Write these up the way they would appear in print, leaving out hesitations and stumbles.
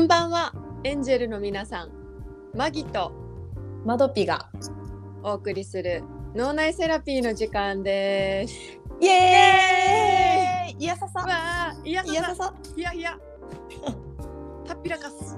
んばんは、エンジェルの皆さん。マギとマドピがお送りする脳内セラピーの時間です。 イエーイ。いやささわあ、いやいやささいやいやたっぴらかす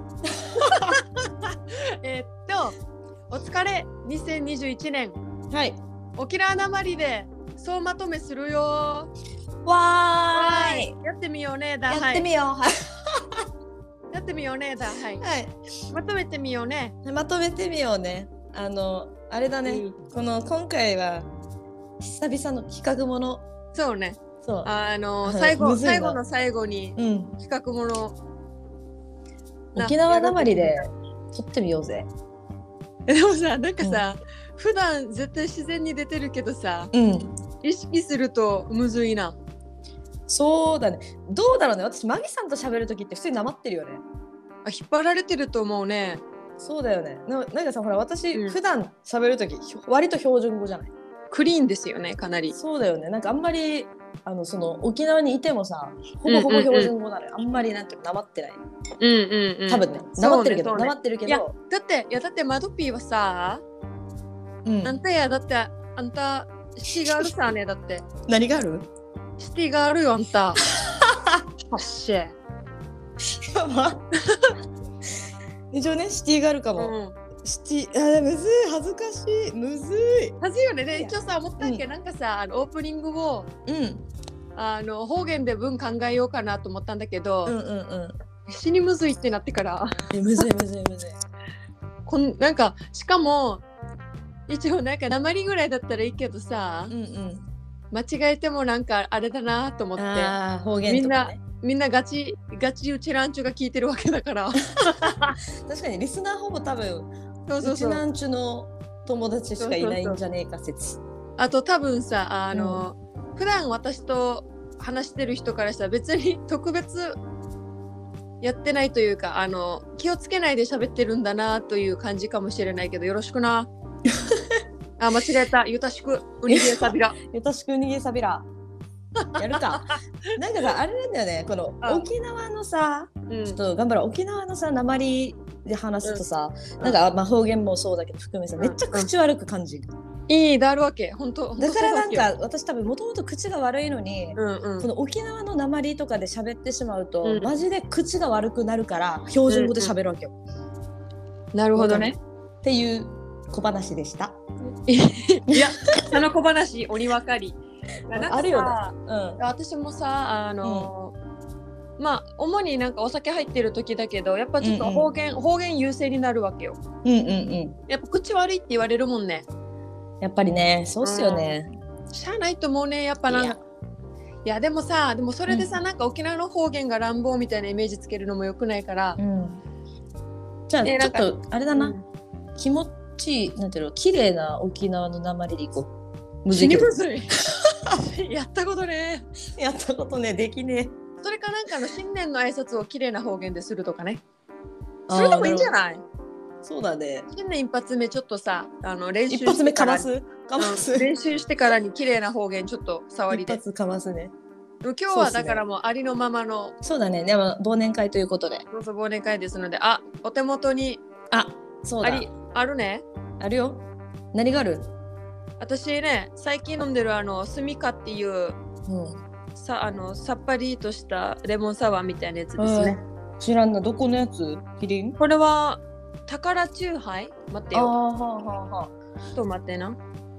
お疲れ2021年。 はい。 沖縄なまりで総まとめするよ。 わーい。 やってみようねだ。 やってみよう。はい。 やってみようねだ。はい。 はい。 まとめてみようね。 まとめてみようね。あれだね。今回は久々の企画もの。 そうね。 そう。 最後の最後に企画もの、 沖縄なまりで撮ってみようぜ。 でもさ、なんかさ、普段絶対自然に出てるけどさ、意識するとむずいな。 そうだね。どうだろうね。私マギさんと喋るときって普通になまってるよね。 あ、引っ張られてると思うね。 そうだよね。なんかさ、ほら私、普段喋るとき割と標準語じゃない。 クリーンですよね、かなり。 そうだよね。なんかあんまりその沖縄にいてもさ、ほぼほぼ標準語なのよ。あんまりなんてなまってない。多分ね、なまってるけど、なまってるけど。 だってマドピーはさ、あんたやだってあんたシティがあるさね。だって何がある？ シティがあるよあんた。はっしゃ。 やば。一応ね、シティがあるかも。シティ、むずい、恥ずかしい、むずい。 恥ずいよね。で一応さ思ったっけ、なんかさオープニングを方言で文考えようかなと思ったんだけど、死にむずいってなってからむずい。 なんかしかも一応なんか訛りぐらいだったらいいけどさ、間違えてもなんかあれだなと思って、 方言とかね、 みんなガチうちランチュが聞いてるわけだから確かにリスナーほぼ多分うちランチュの友達しかいないんじゃねえか説。 あと多分さ普段私と話してる人からしたら別に特別やってないというか気をつけないで喋ってるんだなという感じかもしれないけど、よろしくな。あ、間違えた。ゆたしくうにげさびら。 ゆたしくうにげさびら。やるか。なんかさ、あれなんだよね。この沖縄のさ、ちょっと頑張ろう。沖縄のさ、訛りで話すとさ、なんかまあ方言もそうだけど含めさ、めっちゃ口悪く感じる。 いいだるわけ。本当。 だからなんか私多分もともと口が悪いのに、この沖縄の訛りとかで喋ってしまうと、マジで口が悪くなるから標準語で喋るわけよ。 なるほどね。 っていう小話でした。 いや、その小話鬼分かり。 あるよね。 私もさまあ主になんかお酒入ってる時だけど、やっぱちょっと方言優勢になるわけよ。やっぱ口悪いって言われるもんね。 やっぱりね、そうっすよね。 しゃあないと思うね。やっぱなんかいやでもそれでさ、なんか沖縄の方言が乱暴みたいなイメージつけるのもよくないから、 じゃあちょっとあれだな、気持ちいい、なんていうの、綺麗な沖縄の訛りでいこう。 むずいやったことね。 やったことね、できねえ。 それかなんか新年の挨拶を綺麗な方言でするとかね。それでもいいんじゃない？ そうだね。 新年一発目ちょっとさ練習一発目かます練習してからに綺麗な方言ちょっと触りで。 一発かますね。 今日はだからもうありのままの。 そうだね。でも忘年会ということで。 そう忘年会ですので、お手元にそうだ。 あるね。 あるよ。何がある？ 私ね、最近飲んでるスミカっていうさっぱりとしたレモンサワーみたいなやつですね。 知らんな。どこのやつ？キリン？ これは宝チューハイ？待ってよ。ちょっと待ってな。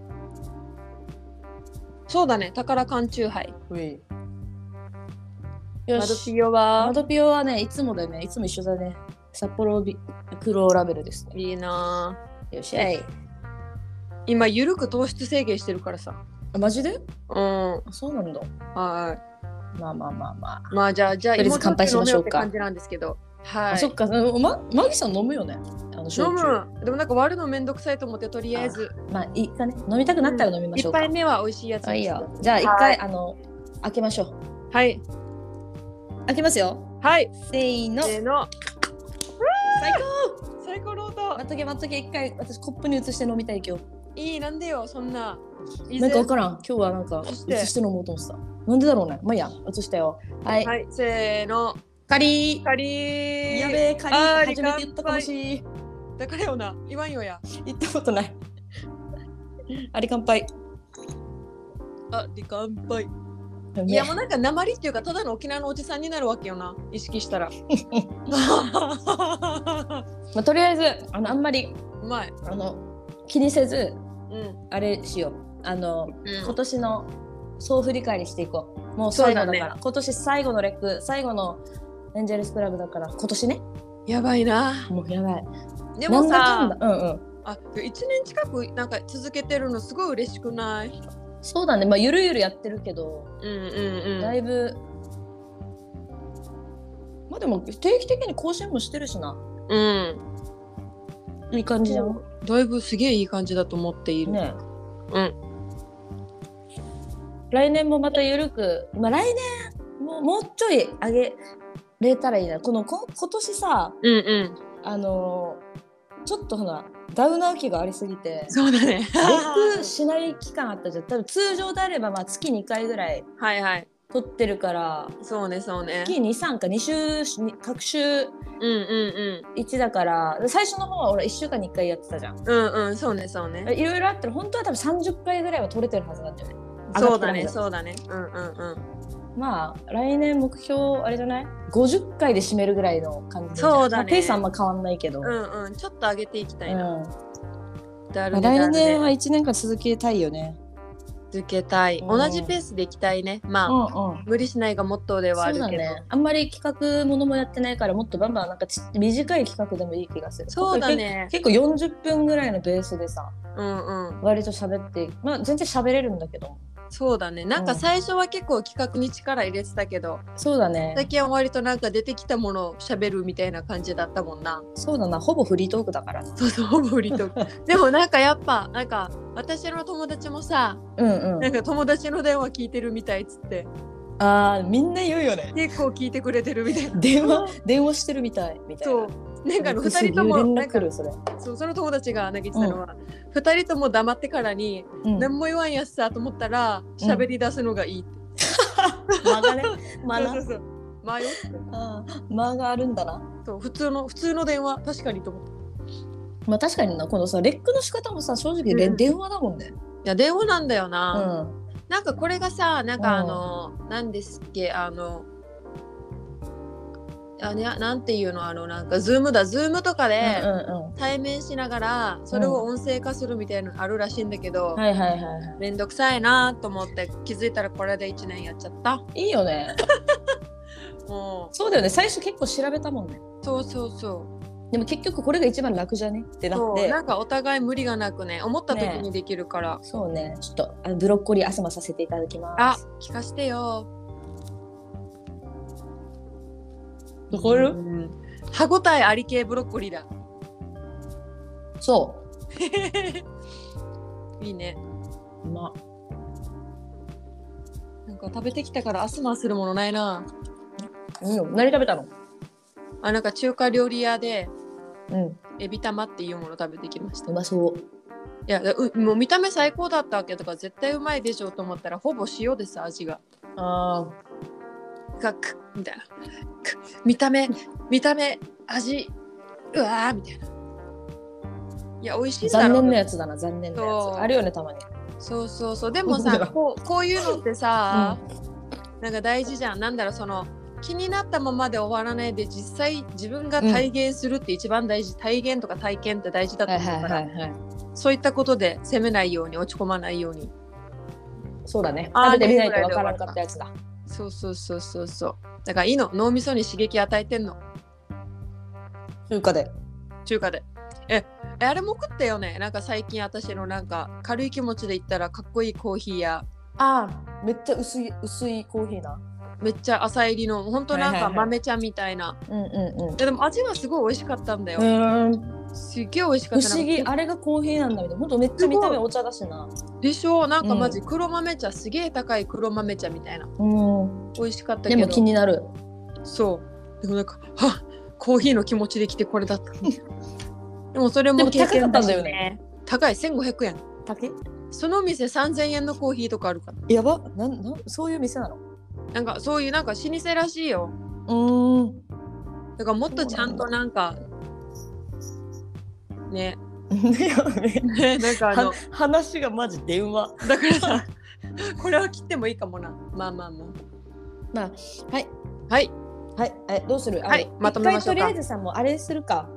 そうだね、宝缶チューハイ。よし。マドピオはね、いつもだね、いつも一緒だね。札幌黒ラベルですね。いいな。 よしゃい。 今ゆるく糖質制限してるからさ。 マジで？ そうなんだ。はい。まあじゃあとりあえず乾杯しましょうか。 って感じなんですけど。はい。 そっか。マギさん飲むよね。 飲む。でもなんか割るのめんどくさいと思ってとりあえず。 まあいいかね。飲みたくなったら飲みましょうか。 1杯目は美味しいやつ。 いいよ。じゃあ一回開けましょう。 はい。 開けますよ。 はい。 せーの。 最高の音。 待っとけ一回私コップに移して飲みたい今日。 いい、なんでよそんな。 なんか分からん。今日はなんか移して飲もうと思ってた。なんでだろうね。まあいいや、移したよ。はい。 せーの。 カリー。 カリー。 やべえ、カリあーー初めて言ったかもし。 だからよな、言わんよや。 言ったことない。あり乾杯。 あ、で乾杯。いやもうなんか鉛っていうかただの沖縄のおじさんになるわけよな、意識したら。 まあ、とりあえずあんまりうまい。 気にせず、 うん、 あれしよう。今年の総振り返りしていこう。もうそう最後だから、 だね。 今年最後のレック、最後のエンジェルスクラブだから今年ね。 やばいな。 もうやばい。 でもさ、 なんだかんだ、うんうん。 あ、1年近くなんか続けてるのすごい嬉しくない？ そうだね。まあゆるゆるやってるけど、 うんうんうん。 だいぶ。まあでも定期的に更新もしてるしな。 うん。 いい感じじゃん。 だいぶすげえいい感じだと思っている。 ね。 うん。 来年もまたゆるく、まあ来年もうちょい上げれたらいいな。今年さ、 うんうん。 ちょっとほらダウナー期がありすぎて、 そうだね。 レックしない期間あったじゃん。多分通常であればまあ月2回ぐらいはいはい。 撮ってるから、 そうねそうね。 月2、3か2週各週うんうん 1だから、最初の方は俺1週間に1回やってたじゃん。 うんうん、そうねそうね。 いろいろあったら本当は多分30回ぐらいは撮れてるはずなんだよね。 そうだねそうだね。うんうんうん。 まあ来年目標あれじゃない？ 50 回で締めるぐらいの感じ。 そうだね。 まあ、ペースあんま変わんないけど。 うんうん、ちょっと上げていきたいな。 来年は1年間続けたいよね。 続けたい。同じペースでいきたいね。まあ、無理しないがモットーではあるけど。そうだね。 あんまり企画ものもやってないから、もっとバンバンなんか短い企画でもいい気がする。 そうだね。 結構40分ぐらいのベースでさ、 うんうん、 割と喋って、まあ全然喋れるんだけど。 そうだね。なんか最初は結構企画に力入れてたけど、 そうだね。 最近は割となんか出てきたものを喋るみたいな感じだったもんな。 そうだな。ほぼフリートークだからな。 そうそう、ほぼフリートーク。でもなんかやっぱなんか私の友達もさ、なんか友達の電話聞いてるみたいっつって。 あー、みんな言うよね。 結構聞いてくれてるみたいな。 電話してるみたいみたいな。そう。 なんか2人ともなんかその友達がなんか言ってたのは、2人とも黙ってからに、何も言わんやつさと思ったら喋り出すのがいいって。 間がね、 そう間よって。 間があるんだな。 そう、普通の電話確かにと思った。 まあ確かにな、このさレックの仕方もさ正直、電話だもんね。 いや電話なんだよな。なんかこれがさ、なんか何ですっけ、なんていうの、なんかズームとかで対面しながらそれを音声化するみたいなのあるらしいんだけど、めんどくさいなと思って気づいたらこれで1年やっちゃった。 いいよね。そうだよね、最初結構調べたもんね。そうでも結局これが一番楽じゃねってなって、 なんかお互い無理がなくね、思った時にできるから、 そうね。ちょっとブロッコリー朝もさせていただきます。 あ、聞かしてよ。 これ歯ごたえあり系ブロッコリーだ。そういいね。なんか食べてきたからアスマするものないな。 何食べたの？ なんか中華料理屋で、エビ玉っていうもの食べてきました。 うまそう。 いや、もう見た目最高だったわけとか絶対うまいでしょうと思ったらほぼ塩です、味が。みたいな。見た目味うわーみたいな。いや美味しいんだろう。 残念なやつだな、残念なやつあるよね、たまに。 そうでもさこういうのってさ、なんか大事じゃん。なんだろう、その気になったままで終わらないで実際自分が体現するって一番大事。体現とか体験って大事だと思うから、そういったことで責めないように、落ち込まないように。 そうだね、食べてみないとわからなかったやつだ。 そうだからいいの、脳みそに刺激与えてんの。 中華であれも食ったよね。なんか最近私のなんか軽い気持ちで行ったらかっこいいコーヒー屋。 めっちゃ薄いコーヒーな。 めっちゃ浅入りのほんとなんか豆茶みたいな。でも味はすごい美味しかったんだよ。すっげえ美味しかった。 不思議、あれがコーヒーなんだみたいな。ほんとめっちゃ見た目お茶だしな。 でしょ。なんかマジ黒豆茶、すげえ高い黒豆茶みたいな。美味しかったけど。 でも気になる。 そうでもなんかコーヒーの気持ちで来てこれだった。でもそれも高かったんだよね。 高い、1500円。 高い？ その店3000円のコーヒーとかあるから。 やば。そういう店なの？ なんかそういうなんか老舗らしいよ。 だからもっとちゃんとなんかねなんか話がマジ電話だからさこれは切ってもいいかもな。まあはいはいはい、どうする？ はい、まとめましょうか。 とりあえずさ、もうあれするか、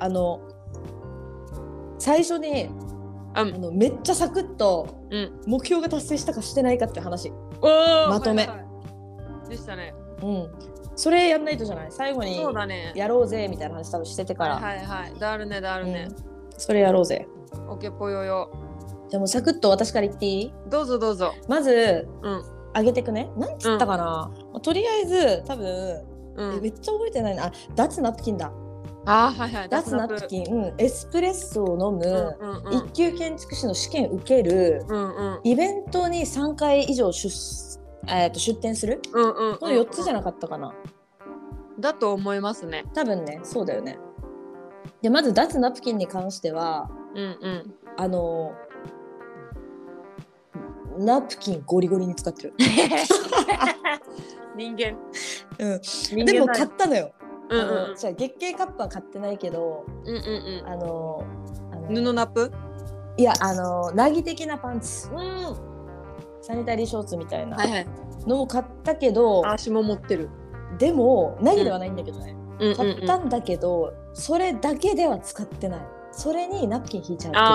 最初にめっちゃサクッと目標が達成したかしてないかって話、まとめ、 はいはい、でしたね。 それやんないとじゃない？最後にそうだね、 やろうぜみたいな話多分しててから。 はいだるね、 それやろうぜ。 オッケーぽよよ。 じゃあもうサクッと私から言っていい？ どうぞ。 まず、上げてくね。なんつったかな、とりあえず多分、めっちゃ覚えてないな。脱ナプキンだ。脱ナプキン、エスプレッソを飲む、一級建築士の試験受ける、イベントに3回以上出店する、この4つじゃなかったかな。 だと思いますね。 多分ね、そうだよね。でまず脱ナプキンに関しては、ナプキンゴリゴリに使ってる人間、 でも買ったのよ。じゃあ月経カップは買ってないけど、 布ナップ、 いやなぎ的なパンツ、サニタリーショーツみたいなのも買ったけど、 足も持ってる。 でもなぎではないんだけどね、買ったんだけど、それだけでは使ってない。それにナプキン引いちゃうと、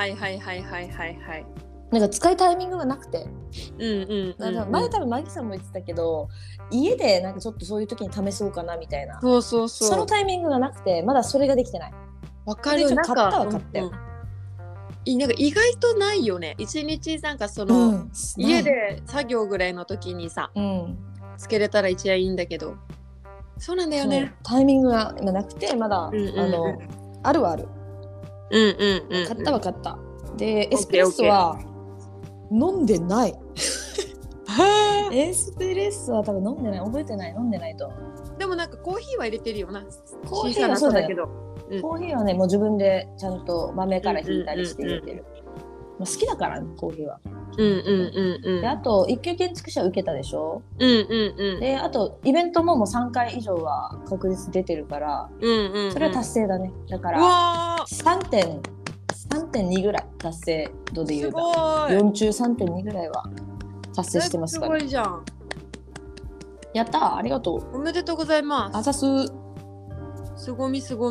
なんか使いタイミングがなくて、前多分マギさんも言ってたけど、家でなんかちょっとそういう時に試そうかなみたいな、そのタイミングがなくて、まだそれができてない。 わかる。 買ったよ。 なんか意外とないよね。一日なんかその、家で作業ぐらいの時にさ、つけれたら一番いいんだけど、そうなんだよね。 タイミングがなくて、まだ、あるはある。買ったは買った。でエスプレッソは飲んでないエスプレッソは多分飲んでない。覚えてない。飲んでないと。でもなんかコーヒーは入れてるよな。 コーヒーはそうだけど、コーヒーはね、もう自分でちゃんと豆から引いたりして入れてる。好きだからね、コーヒーは。であと一級建築士は受けたでしょ。であとイベントももう3回以上は確実出てるから、それは達成だね。だから3.2 ぐらい達成度で言うと4中 3.2 ぐらいは達成してますから。 すごいじゃん。 やったー、ありがとう。 おめでとうございます。 あざす。 すごみ。そ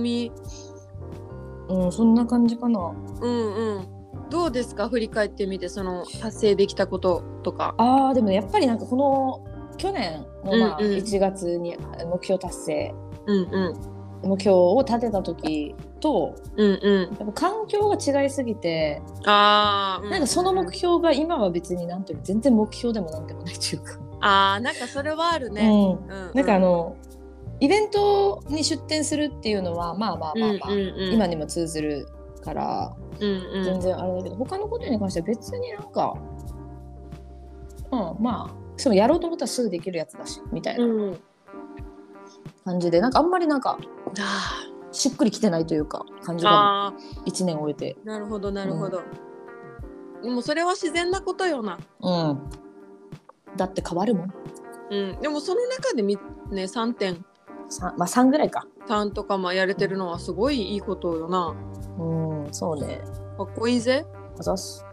んな感じかな。 どうですか、振り返ってみて、その達成できたこととか。 でもやっぱりなんかこの去年の1月に目標達成、目標を立てた時と、やっぱ環境が違いすぎて、なんかその目標が今は別になんていうの、全然目標でもなんでもないというか、 なんかそれはあるね。 なんかイベントに出店するっていうのはまあ今にも通ずるから、全然あれだけど、他のことに関しては別になんか、まあそのやろうと思ったらすぐできるやつだしみたいな感じで、なんかあんまりなんかしっくりきてないというか感じが1年終えて。 なるほど。でもそれは自然なことよな。 だって変わるもん。 でもその中でね、 3ぐらいか。 3とかやれてるのはすごいいいことよな。 そうね。 かっこいいぜ。 あざす。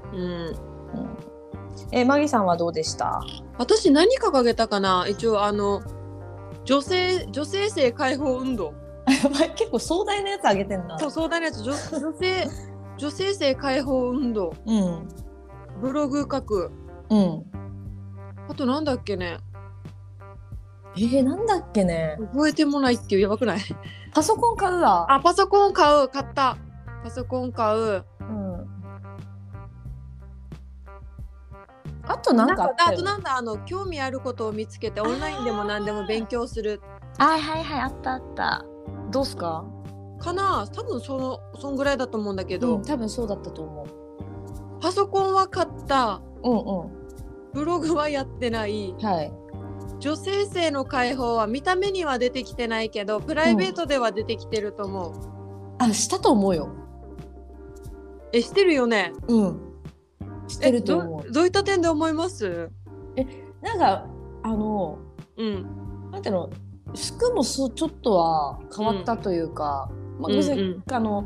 マギさんはどうでした？ 私何掲げたかな。一応女性性解放運動結構壮大なやつあげてんな。 そう、壮大なやつ。女性性解放運動、ブログ書く、あとなんだっけね。 なんだっけね。 覚えてもないっていう、やばくない？ パソコン買うわ。 パソコン買った。パソコン買う。 あとなんかあとなんだ、興味あることを見つけてオンラインでも何でも勉強する。 あった。どうすか？ かな。多分そんぐらいだと思うんだけど、 多分そうだったと思う。 パソコンは買った。ブログはやってない。女性性の解放は見た目には出てきてないけど、プライベートでは出てきてると思う。 したと思うよ。 してるよね。 してると思う。 どういった点で思います？ なんかなんていうの、 服もちょっとは変わったというか、まあ、別に、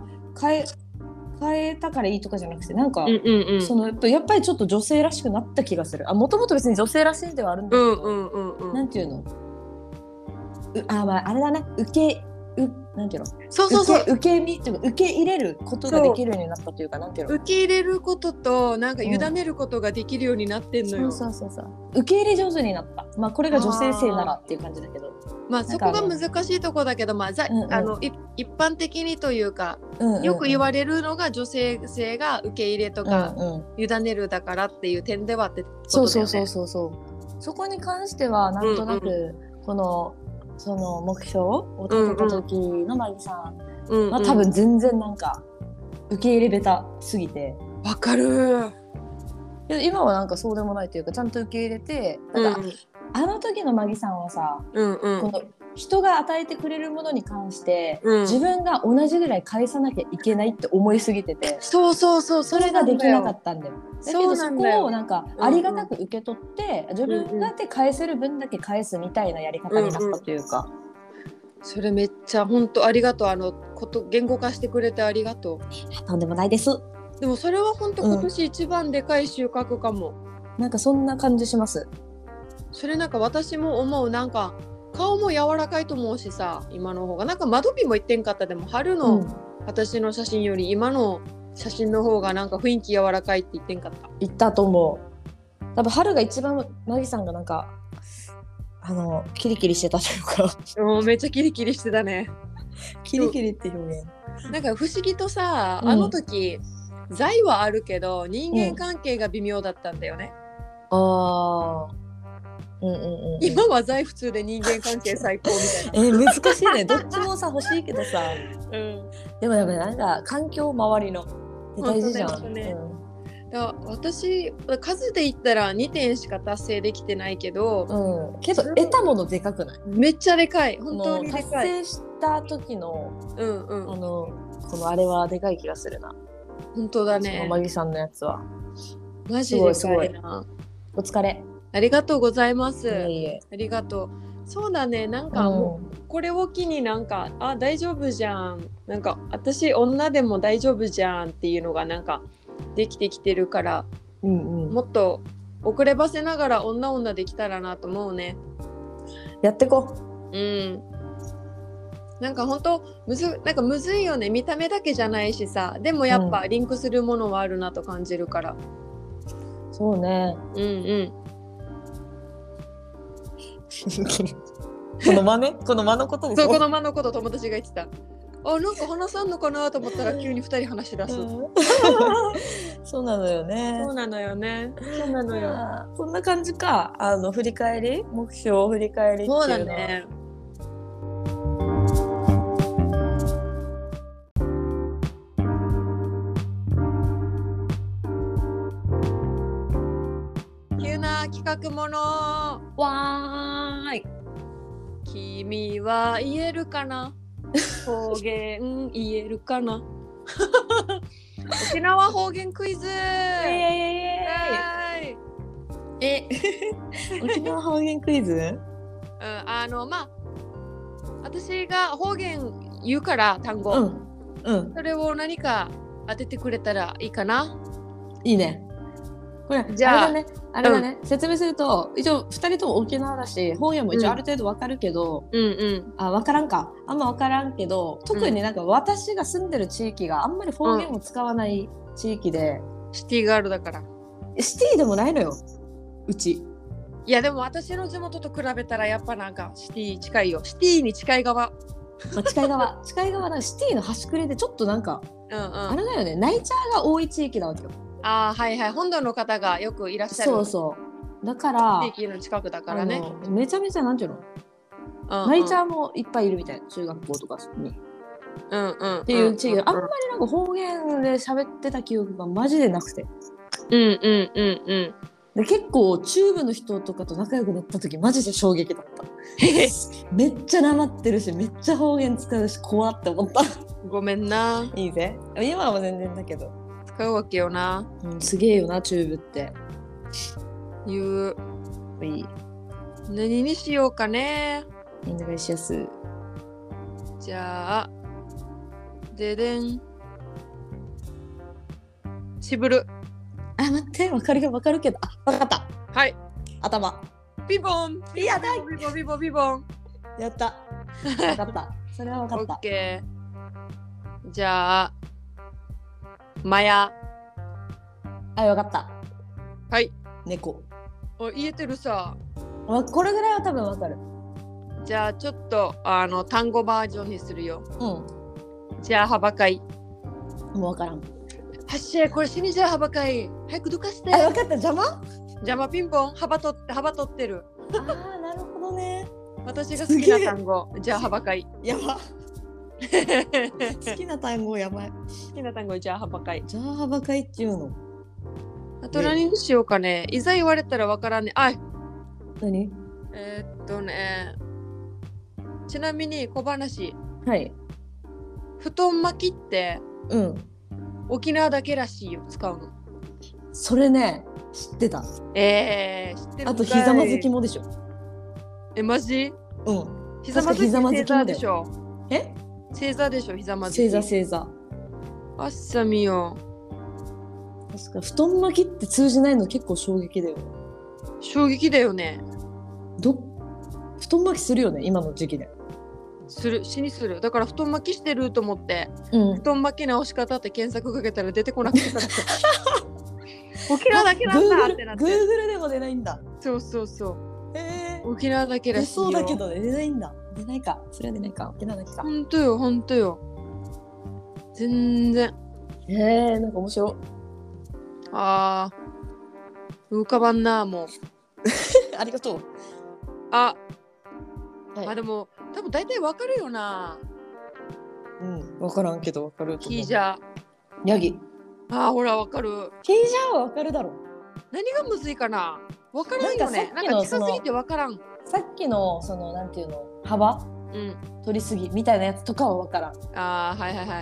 変えたからいいとかじゃなくてなんか、そのやっぱりちょっと女性らしくなった気がする。もともと別に女性らしいではあるんだけど、なんていうの、まあ、あれだね、なんていうの、受け身っていうか受け入れることができるようになったというか、なんていうの、 受け入れることとなんか委ねることができるようになってんのよ。 そう受け入れ上手になった。まあこれが女性性ならっていう感じだけど、 まあそこが難しいとこだけど、まあ一般的にというか、よく言われるのが女性性が受け入れとか、委ねるだからっていう点ではってことだよね。 そこに関してはなんとなく、その目標を立てた時のマギさんは多分全然なんか受け入れ下手すぎて。 わかる。 今はなんかそうでもないというか、ちゃんと受け入れて、なんか、あの時のマギさんはさ、この人が与えてくれるものに関して、自分が同じぐらい返さなきゃいけないって思いすぎてて、それができなかったんだよ。だけどそこをなんかありがたく受け取って、自分がで返せる分だけ返すみたいなやり方になったというか、 それめっちゃ本当ありがとう。言語化してくれてありがとう。とんでもないです。 でもそれは本当今年一番でかい収穫かも。 なんかそんな感じします。 それなんか私も思う。なんか顔も柔らかいと思うしさ、今の方がなんか窓辺も言ってんかった。でも春の私の写真より今の写真の方がなんか雰囲気柔らかいって言ってんかった。 言ったと思う。多分春が一番マギさんがなんかキリキリしてたというかめっちゃキリキリしてたね。 キリキリって表現。 なんか不思議とさ、あの時財はあるけど人間関係が微妙だったんだよね。今は財普通で人間関係最高みたいな。難しいね。どっちもさ欲しいけどさ、でもなんか環境周りの大事じゃん。 私数で言ったら2点しか達成できてないけど、 けど得たものでかくない？ めっちゃでかい。本当にでかい。 達成した時のこのあれはでかい気がするな。 本当だね。 マギさんのやつはマジでかいな。 お疲れ。 ありがとうございます。ありがとう。そうだね。なんかもうこれを機になんか大丈夫じゃん。なんか私女でも大丈夫じゃんっていうのがなんかできてきてるから、もっと遅ればせながら女できたらなと思うね。 やってこ。 なんか本当なんかむずいよね。見た目だけじゃないしさ、でもやっぱリンクするものはあるなと感じるから。 そうね。この間のことでしょ。 そう、この間のこと友達が言ってた。なんか話さんのかなと思ったら急に2人話し出す。 そうなのよね。 そうなのよ。 そんな感じか。振り返り、目標振り返りっていうのは。そうだね。 急な企画もの。 わーい。 君は言えるかな。方言言えるかな。沖縄方言クイズ。 沖縄方言クイズ？ まあ私が方言言うから単語、それを何か当ててくれたらいいかな。 いいね。これじゃああれだね、説明すると一応2人とも沖縄だし方言も一応ある程度わかるけど、わからんか、あんまわからんけど、特になんか私が住んでる地域があんまり方言を使わない地域で、 シティガールだから。 シティでもないのようち。 いやでも私の地元と比べたらやっぱなんかシティ近いよ。シティに近い側。 近い側なんかシティの端くれでちょっとなんか、あれだよね、ナイチャーが多い地域なわけよ。 はいはい、本土の方がよくいらっしゃる。 そうだから地域の近くだからね。 めちゃめちゃなんていうの、ナイチャーもいっぱいいるみたいな、中学校とかにっていう地域で、あんまりなんか方言で喋ってた記憶がマジでなくて、で結構中部の人とかと仲良くなった時マジで衝撃だった。めっちゃなまってるし、めっちゃ方言使うし怖って思った。 ごめんな。 いいぜ、今は全然だけど使うわけよな。 すげえよな中部って言う。 いい。 何にしようかね。 お願いします。 じゃあ、ででん。しぶる。 あ、待って、わかるけど。あ、わかった。 はい。 頭。 ピボン。 やだい。 ピボンピボンピボン。 やった。わかった。それはわかった。 オッケー。じゃあ、マヤ。 はい、わかった。 はい。 猫。 言えてるさ。 これぐらいは多分わかる。 じゃあちょっと単語バージョンにするよ。 うん。 じゃあはばかい。 もうわからん。 はっしー、これ死にじゃあはばかい。早くどかして。 あ、わかった。邪魔ピンポン。幅取ってる。 ああ、なるほどね。 私が好きな単語。じゃあはばかい。 やば。好きな単語やばい。 好きな単語じゃあはばかい。 じゃあはばかいっていうの。 あと何にしようかね。いざ言われたらわからんね。あい。 何？ ちなみに小話。 はい。 布団巻きって、沖縄だけらしいよ、使うの。 それね、知ってた。 知ってる。 あとひざまずきもでしょ。 マジ？ひざまずきもでしょ。正座でしょ、ひざまずき。 正座。 あっさみよ。 確か布団巻きって通じないの結構衝撃だよね。 衝撃だよね。 布団巻きするよね、今の時期で。 死にする。だから布団巻きしてると思って、布団巻き直し方って検索かけたら出てこなくて沖縄だけなんだってなって。 Google でも出ないんだ。 そう。沖縄だけらしいよ。 そうだけど出ないんだ。出ないか。それは出ないか。沖縄だけか。 ほんとよ。全然。 なんか面白い。 浮かばんな、もう。 ありがとう。 はい、でも多分大体わかるよな。 わからんけどわかると思う。 キージャー。 ヤギ。 ほらわかる。 キージャーはわかるだろ。 何がむずいかな。わからんよね。なんか近すぎてわからん。 さっきのそのなんていうの、幅、取りすぎみたいなやつとかはわからん。 はい。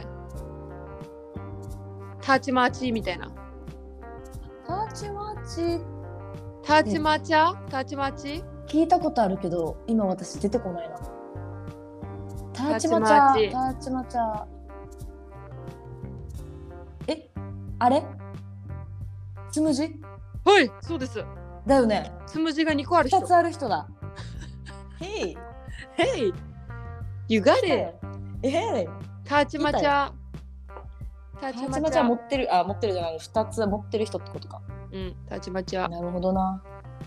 ターチマーチみたいな。 ターチマーチ聞いたことあるけど今私出てこないな。ターチマチャ。あれ？つむじ？ はい、そうです。 だよね。 つむじが2個ある人。 2つある人だ。Hey You got it. ターチマチャ持ってるじゃない、2つ持ってる人ってことか。 ターチマチャ。 なるほどな。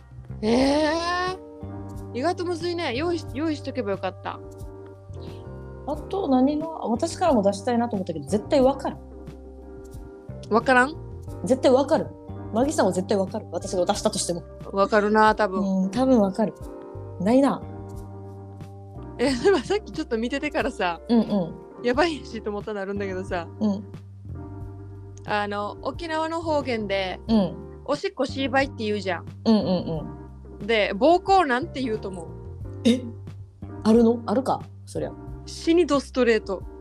意外とむずいね。用意しとけばよかった。 あと私からも出したいなと思ったけど絶対わかる。 わからん？ 絶対わかる。マギさんは絶対わかる。私が出したとしても。 わかるな、多分。 多分わかる。ないな。 でもさっきちょっと見ててからさ、やばいしと思ったのあるんだけどさ、沖縄の方言で、おしっこシーバイって言うじゃん。で、膀胱なんて言うと思う？ あるか、そりゃ。 死にドストレート。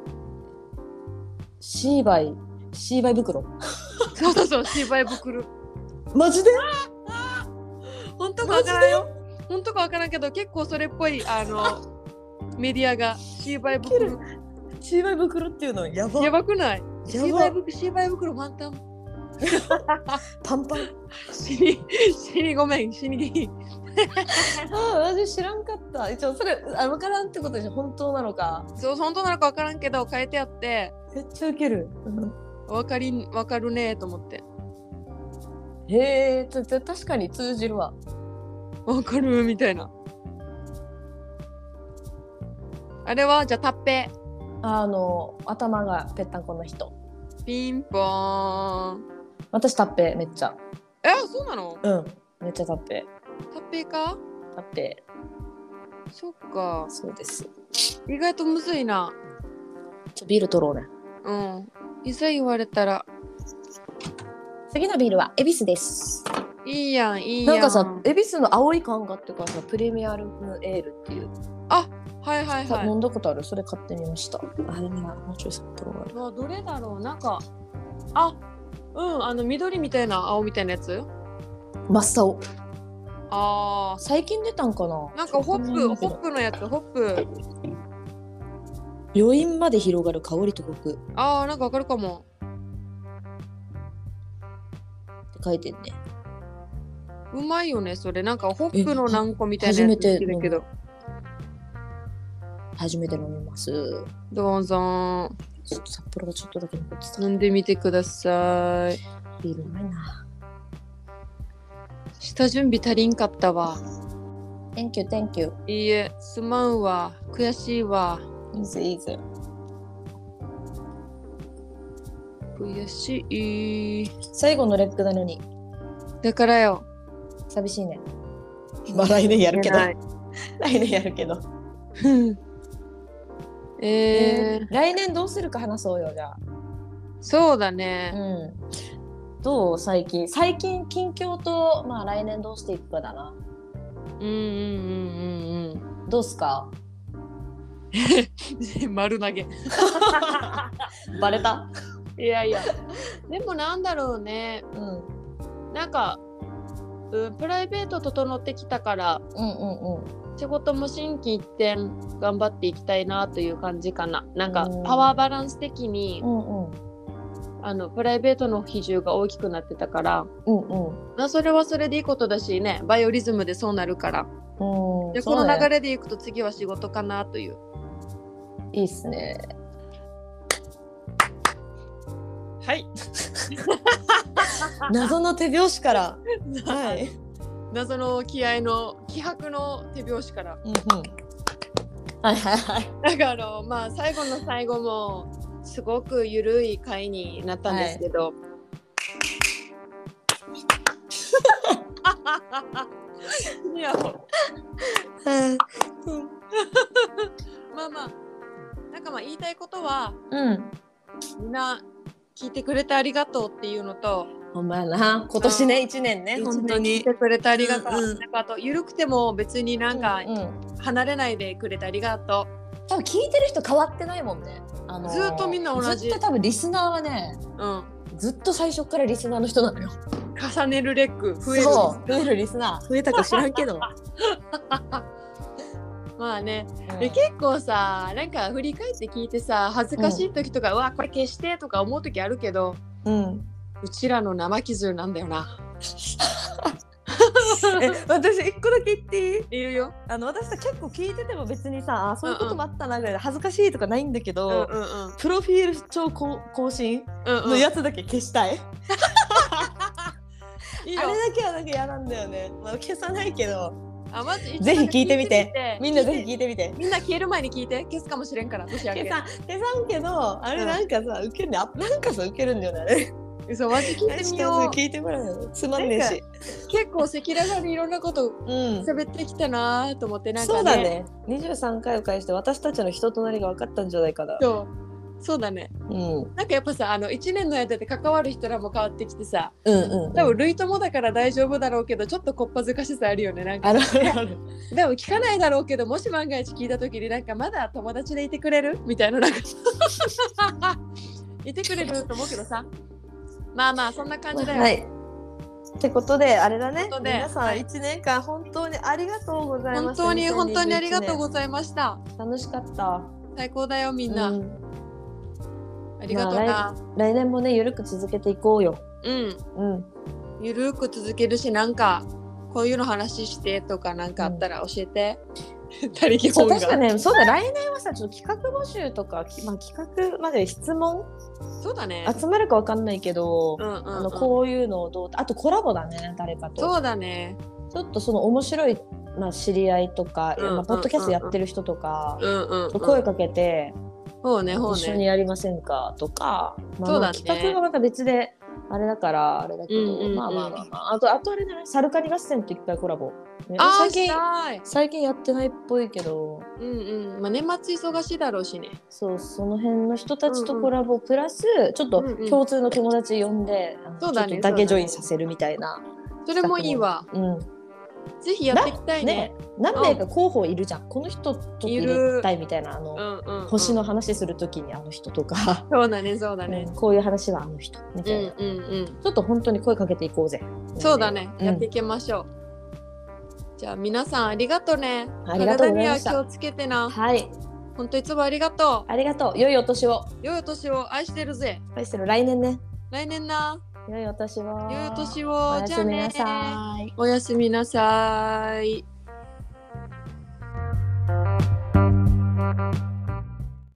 シーバイ袋。 そうシーバイ袋。 マジで？ 本当かわからんよ。本当かわからんけど、結構それっぽいメディアがシーバイ袋。 シーバイ袋っていうのやばくない？シーバイ袋満タン。 パンパン。 死にごめん、死に。 私知らんかった。一応それ分からんってことでしょ。本当なのか。 そう、本当なのか分からんけど書いてあって、 めっちゃウケる。 分かるねと思って。 確かに通じるわ。 分かるみたいな。あれはじゃあタッペ。 頭がぺったんこの人。 ピンポーン。 私タッペめっちゃ。 そうなの？ めっちゃタッペ。 タッペか？ タッペ。 そっか。 そうです。 意外とむずいな。 ビール取ろうね。 いざ言われたら。 次のビールは恵比寿です。 いいやん。 なんかさ、恵比寿の青い缶がっていうかさ、プレミアムエールっていう。 はい。 飲んだことある？それ買ってみました。でももうちょい札幌がある。 どれだろう。なんか緑みたいな青みたいなやつ？ 真っ青。 あ最近出たんかな。 なんかホップのやつ、ホップ。 余韻まで広がる香りとコクなんかわかるかも。 って書いてんね。 うまいよねそれ。なんかホップの軟膏みたいなやつ好きだけど。 初めて飲みます。 どうぞ。 ちょっと札幌がちょっとだけ残ってた。 飲んでみてください。 ビールうまいな。 下準備足りんかったわ。 Thank you, thank you。 いいえ、すまんわ。悔しいわ。 いいぜいいぜ。 悔しい。 最後のレックなのに。 だからよ。 寂しいね。まあ来年やるけど。来年やるけど。来年どうするか話そうよじゃあ。 そうだね。 どう最近近況とまあ来年どうしていくかだな。どうすか。 丸投げ。 バレた。 いやいや。でもなんだろうね。なんか、プライベート整ってきたから、仕事も心機一転頑張っていきたいなという感じかな。なんかパワーバランス的に、プライベートの比重が大きくなってたから、まあそれはそれでいいことだしね、バイオリズムでそうなるから。でこの流れでいくと次は仕事かなという。 いいっすね。 はい。 謎の手拍子から。はい。 謎の気迫の手拍子から。 はいはいはい。 なんかまあ最後の最後もすごくゆるい回になったんですけど。いや。まあまあなんかまあ言いたいことは、みんな聞いてくれてありがとうっていうのと、 ほんまやな、今年ね1年ね本当に聞いてくれてありがとう。なんかあとゆるくても別になんか離れないでくれてありがとう。 多分聞いてる人変わってないもんね。 ずっとみんな同じ。 ずっと多分リスナーはね、ずっと最初からリスナーの人なのよ。 重ねるレック増えるリスナー増えたか知らんけど。 まあね、結構さなんか振り返って聞いてさ恥ずかしい時とか、うわこれ消してとか思う時あるけど、うちらの生傷なんだよな。 私一個だけ言っていい？ いるよ。 私さ結構聞いてても別にさそういうこともあったなぐらいで恥ずかしいとかないんだけど、プロフィール帳更新のやつだけ消したい。あれだけはなんか嫌なんだよね。まあ、消さないけど。マジぜひ聞いてみて。みんなぜひ聞いてみて。 みんな消える前に聞いて。消すかもしれんから年明け。 消さんけどあれなんかさ、ウケるね。なんかさウケるんだよねあれ。 そうマジ聞いてみよう。 聞いてもらう。つまんねえし。 結構赤裸々にいろんなこと喋ってきたなと思って、なんかね。 そうだね。23回を返して私たちの人となりが分かったんじゃないかな。 そうだね。なんかやっぱさ1年の間で関わる人らも変わってきてさ、多分類友だから大丈夫だろうけどちょっとこっぱずかしさあるよね。なんかある。 でも聞かないだろうけど、もし万が一聞いた時になんかまだ友達でいてくれるみたいな、なんかいてくれると思うけどさ、まあまあそんな感じだよ。 ってことであれだね。皆さん1年間本当にありがとうございました。 本当にありがとうございました。 楽しかった。 最高だよみんな。ありがとうな。 来年もねゆるく続けていこうよ。 ゆるく続けるし、なんかこういうの話してとかなんかあったら教えて。 そう確かね、そうだ、来年はさちょっと企画募集とか、企画まで質問そうだね集まるかわかんないけど、こういうのをどう、あとコラボだね、誰かと。そうだね。 ちょっとその面白い、知り合いとか、ポッドキャストやってる人とか、声かけて、一緒にやりませんかとか、企画がまた別であれだからあれだけど、あとあれだね、サルカニ合戦と一回コラボ。最近やってないっぽいけど、 年末忙しいだろうしね。 その辺の人たちとコラボプラスちょっと共通の友達呼んで、ちょっとだけジョインさせるみたいな。 それもいいわ。ぜひやっていきたいね。 何名か候補いるじゃん。この人と入れたいみたいな、星の話するときにあの人とか。 そうだね。 こういう話はあの人みたいな。ちょっと本当に声かけていこうぜ。 そうだね。やっていきましょう。 じゃあ皆さんありがとね。 ありがとう体にございました。 は気をつけてな。 はい。 ほんといつもありがとありがとう。良いお年を。 う。良いお年を。愛してるぜ。 愛してる。来年ね。 来年な。 良いお年を。 良いお年を。 おやすみなさい。 おやすみなさい。